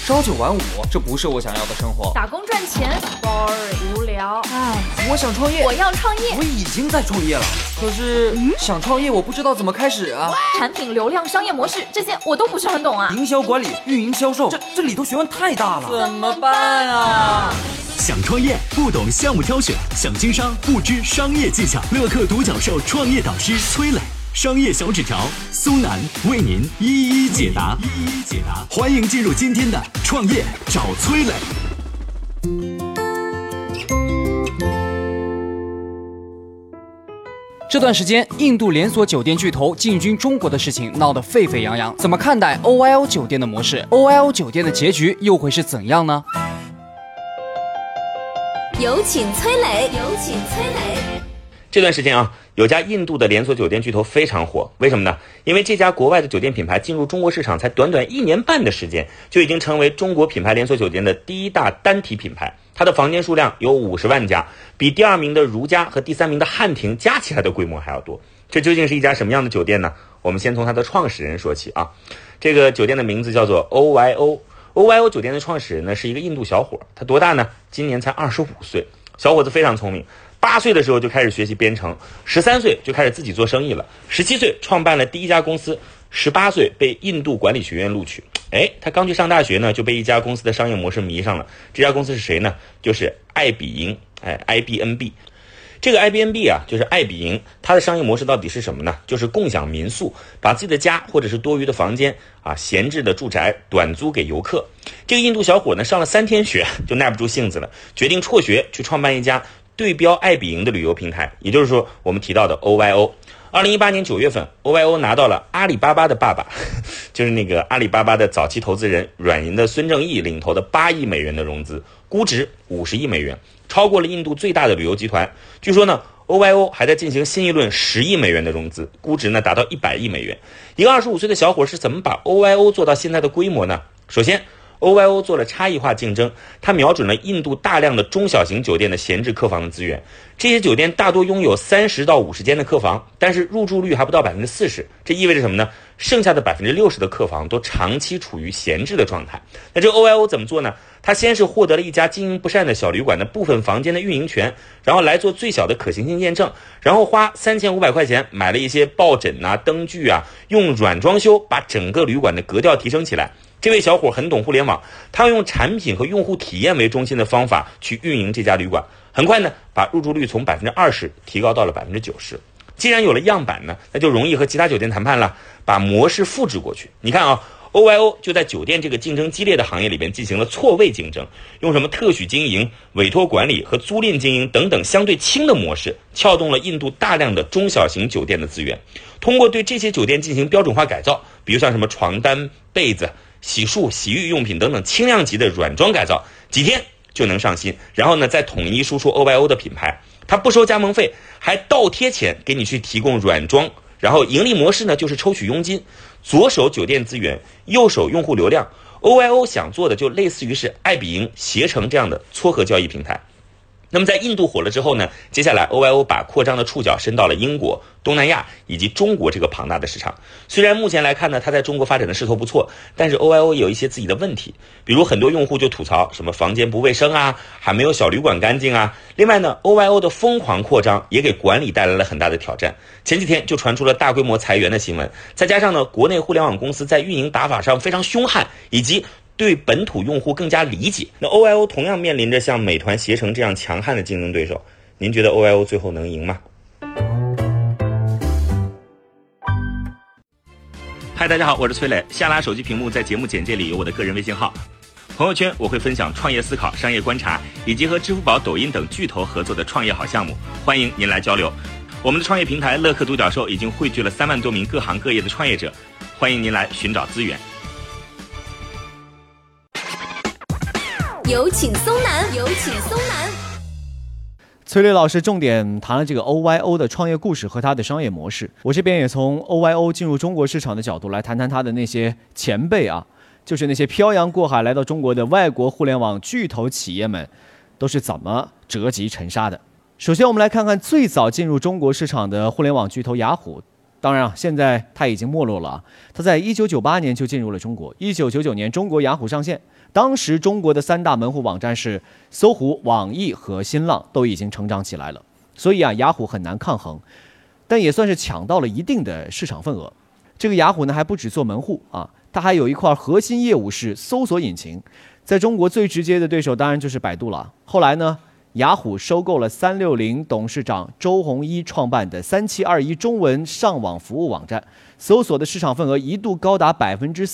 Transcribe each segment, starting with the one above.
朝九晚五，这不是我想要的生活。 打工赚钱 ，boring 无聊。 我想创业， 我要创业， 我已经在创业了。可是想创业，我不知道怎么开始啊。 产品流量、商业模式这些我都不是很懂啊。 营销管理、运营、销售，这里头学问太大了，怎么办啊？ 想创业不懂项目挑选，想经商不知商业技巧。乐客独角兽创业导师崔磊，商业小纸条苏南为您一一解答。欢迎进入今天的创业找崔磊。 这段时间，印度连锁酒店巨头进军中国的事情闹得沸沸扬扬。怎么看待 OYO 酒店的模式 ？OYO 酒店的结局又会是怎样呢？ 有请崔磊。 这段时间啊，有家印度的连锁酒店巨头非常火，为什么呢？因为这家国外的酒店品牌进入中国市场才短短1年半的时间，就已经成为中国品牌连锁酒店的第一大单体品牌。它的房间数量有50万家，比第2名的如家和第3名的汉庭加起来的规模还要多。这究竟是一家什么样的酒店呢？我们先从它的创始人说起啊。这个酒店的名字叫做 OYO。OYO 酒店的创始人呢是一个印度小伙，他多大呢？今年才25岁。小伙子非常聪明，8岁的时候就开始学习编程，13岁就开始自己做生意了，17岁创办了第一家公司，18岁被印度管理学院录取。他刚去上大学呢，就被一家公司的商业模式迷上了。这家公司是谁呢？就是爱彼迎，IBNB。这个 IBNB 啊，就是爱彼迎，它的商业模式到底是什么呢？就是共享民宿，把自己的家或者是多余的房间啊、闲置的住宅短租给游客。这个印度小伙呢，上了3天学就耐不住性子了，决定辍学去创办一家对标爱彼迎的旅游平台，也就是说我们提到的 OYO。2018年9月份 ，OYO 拿到了阿里巴巴的爸爸，就是那个阿里巴巴的早期投资人软银的孙正义领头的8亿美元的融资，估值50亿美元，超过了印度最大的旅游集团。据说呢 ，OYO 还在进行新一轮10亿美元的融资，估值呢达到100亿美元。一个25岁的小伙是怎么把 OYO 做到现在的规模呢？首先，OYO 做了差异化竞争，它瞄准了印度大量的中小型酒店的闲置客房的资源。这些酒店大多拥有30到50间的客房，但是入住率还不到40%。这意味着什么呢？剩下的60%的客房都长期处于闲置的状态。那这个 OYO 怎么做呢？他先是获得了一家经营不善的小旅馆的部分房间的运营权，然后来做最小的可行性验证，然后花3500块钱买了一些抱枕啊、灯具啊，用软装修把整个旅馆的格调提升起来。这位小伙很懂互联网，他要用产品和用户体验为中心的方法去运营这家旅馆。很快呢，把入住率从20%提高到了90%。既然有了样板呢，那就容易和其他酒店谈判了，把模式复制过去。你看啊，OYO 就在酒店这个竞争激烈的行业里边进行了错位竞争，用什么特许经营、委托管理和租赁经营等等相对轻的模式，撬动了印度大量的中小型酒店的资源。通过对这些酒店进行标准化改造，比如像什么床单、被子、洗漱、洗浴用品等等轻量级的软装改造，几天就能上新，然后呢再统一输出 OYO 的品牌。它不收加盟费，还倒贴钱给你去提供软装，然后盈利模式呢就是抽取佣金，左手酒店资源，右手用户流量。OYO 想做的就类似于是爱彼迎、携程这样的撮合交易平台。那么在印度火了之后呢，接下来 OYO 把扩张的触角伸到了英国、东南亚以及中国这个庞大的市场。虽然目前来看呢，它在中国发展的势头不错，但是 OYO 也有一些自己的问题，比如很多用户就吐槽什么房间不卫生啊，还没有小旅馆干净啊。另外呢 ，OYO 的疯狂扩张也给管理带来了很大的挑战。前几天就传出了大规模裁员的新闻，再加上呢，国内互联网公司在运营打法上非常凶悍，以及对本土用户更加理解。那 OYO 同样面临着像美团、携程这样强悍的竞争对手，您觉得 OYO 最后能赢吗？嗨，大家好，我是崔磊。下拉手机屏幕，在节目简介里有我的个人微信号。朋友圈我会分享创业思考、商业观察，以及和支付宝、抖音等巨头合作的创业好项目，欢迎您来交流。我们的创业平台乐客独角兽已经汇聚了3万多名各行各业的创业者，欢迎您来寻找资源。 有请松南。 崔磊老师重点谈了这个 OYO 的创业故事和它的商业模式。我这边也从 OYO 进入中国市场的角度来谈谈它的那些前辈啊，就是那些漂洋过海来到中国的外国互联网巨头企业们都是怎么折戟沉沙的。首先我们来看看最早进入中国市场的互联网巨头雅虎， 当然现在它已经没落了。它在1998年就进入了中国，1999年中国雅虎上线。当时中国的3大门户网站是搜狐、网易和新浪，都已经成长起来了。所以雅虎很难抗衡，但也算是抢到了一定的市场份额。这个雅虎呢还不只做门户它还有一块核心业务是搜索引擎。在中国最直接的对手当然就是百度了。后来呢，雅虎收购了360董事长周鸿祎创办的3721中文上网服务网站，搜索的市场份额一度高达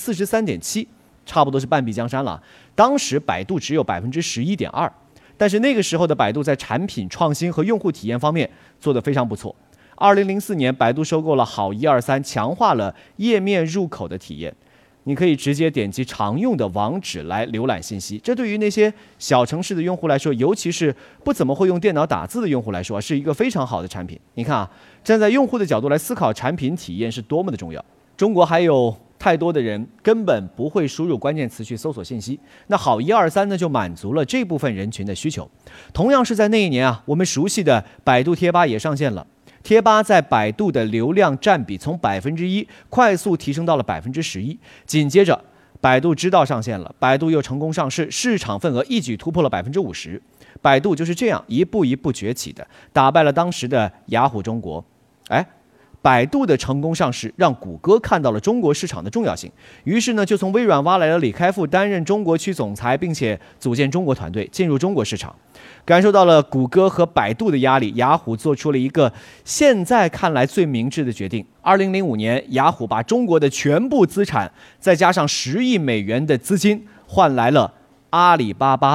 43.7%， 差不多是半壁江山了。当时百度只有 11.2%， 但是那个时候的百度在产品创新和用户体验方面做得非常不错。2004年，百度收购了好123，强化了页面入口的体验。你可以直接点击常用的网址来浏览信息，这对于那些小城市的用户来说，尤其是不怎么会用电脑打字的用户来说，是一个非常好的产品。你看站在用户的角度来思考产品体验是多么的重要。中国还有太多的人根本不会输入关键词去搜索信息，那好123呢就满足了这部分人群的需求。同样是在那一年我们熟悉的百度贴吧也上线了。贴吧在百度的流量占比从 1% 快速提升到了 11%， 紧接着百度知道上线了，百度又成功上市，市场份额一举突破了 50%。 百度就是这样一步一步崛起的，打败了当时的雅虎中国。百度的成功上市让谷歌看到了中国市场的重要性，于是呢就从微软挖来了李开复担任中国区总裁，并且组建中国团队进入中国市场。感受到了谷歌和百度的压力，雅虎做出了一个现在看来最明智的决定。2005年，雅虎把中国的全部资产再加上10亿美元的资金换来了阿里巴巴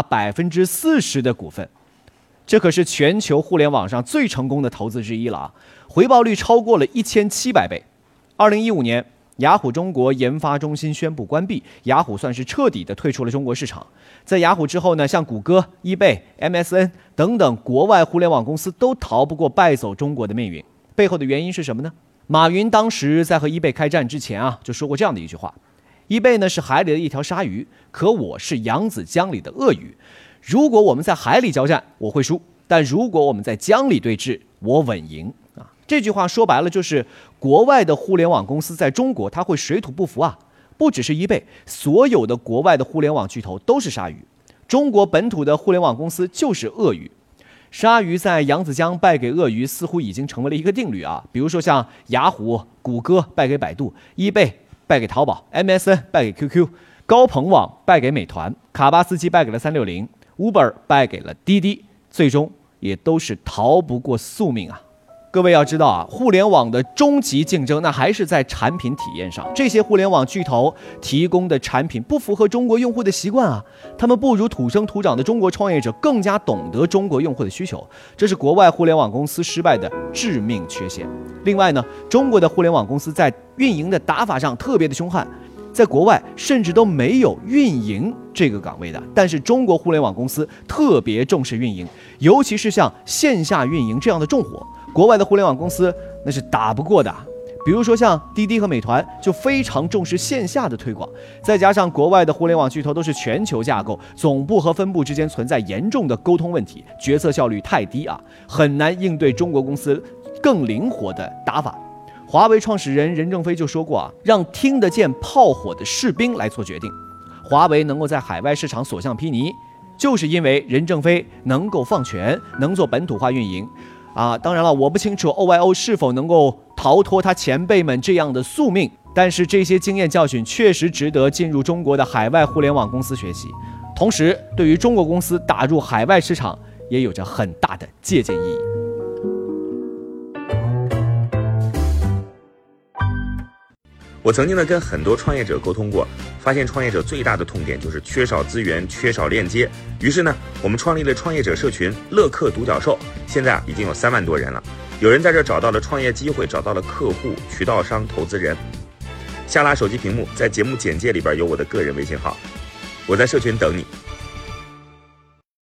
40% 的股份，这可是全球互联网上最成功的投资之一了回报率超过了1700倍。2015年，雅虎中国研发中心宣布关闭，雅虎算是彻底的退出了中国市场。在雅虎之后呢，像谷歌、eBay、MSN 等等国外互联网公司都逃不过败走中国的命运。背后的原因是什么呢？马云当时在和 eBay 开战之前就说过这样的一句话：eBay 呢是海里的一条鲨鱼，可我是扬子江里的鳄鱼。如果我们在海里交战，我会输；但如果我们在江里对峙，我稳赢。这句话说白了就是国外的互联网公司在中国它会水土不服不只是eBay，所有的国外的互联网巨头都是鲨鱼，中国本土的互联网公司就是鳄鱼。鲨鱼在扬子江败给鳄鱼似乎已经成为了一个定律比如说像雅虎、谷歌败给百度， eBay 败给淘宝， MSN 败给 QQ， 高朋网败给美团，卡巴斯基败给了360， Uber 败给了滴滴，最终也都是逃不过宿命各位要知道互联网的终极竞争那还是在产品体验上。这些互联网巨头提供的产品不符合中国用户的习惯他们不如土生土长的中国创业者更加懂得中国用户的需求，这是国外互联网公司失败的致命缺陷。另外呢，中国的互联网公司在运营的打法上特别的凶悍，在国外甚至都没有运营这个岗位的，但是中国互联网公司特别重视运营，尤其是像线下运营这样的重活，国外的互联网公司那是打不过的。比如说像滴滴和美团就非常重视线下的推广，再加上国外的互联网巨头都是全球架构，总部和分部之间存在严重的沟通问题，决策效率太低很难应对中国公司更灵活的打法。华为创始人任正非就说过让听得见炮火的士兵来做决定。华为能够在海外市场所向披靡，就是因为任正非能够放权，能做本土化运营当然了，我不清楚 OYO 是否能够逃脱他前辈们这样的宿命，但是这些经验教训确实值得进入中国的海外互联网公司学习，同时对于中国公司打入海外市场也有着很大的借鉴意义。 我曾经跟很多创业者沟通过，发现创业者最大的痛点就是缺少资源，缺少链接。于是呢，我们创立了创业者社群乐客独角兽，现在已经有3万多人了。有人在这找到了创业机会，找到了客户、渠道商、投资人。下拉手机屏幕，在节目简介里边有我的个人微信号，我在社群等你。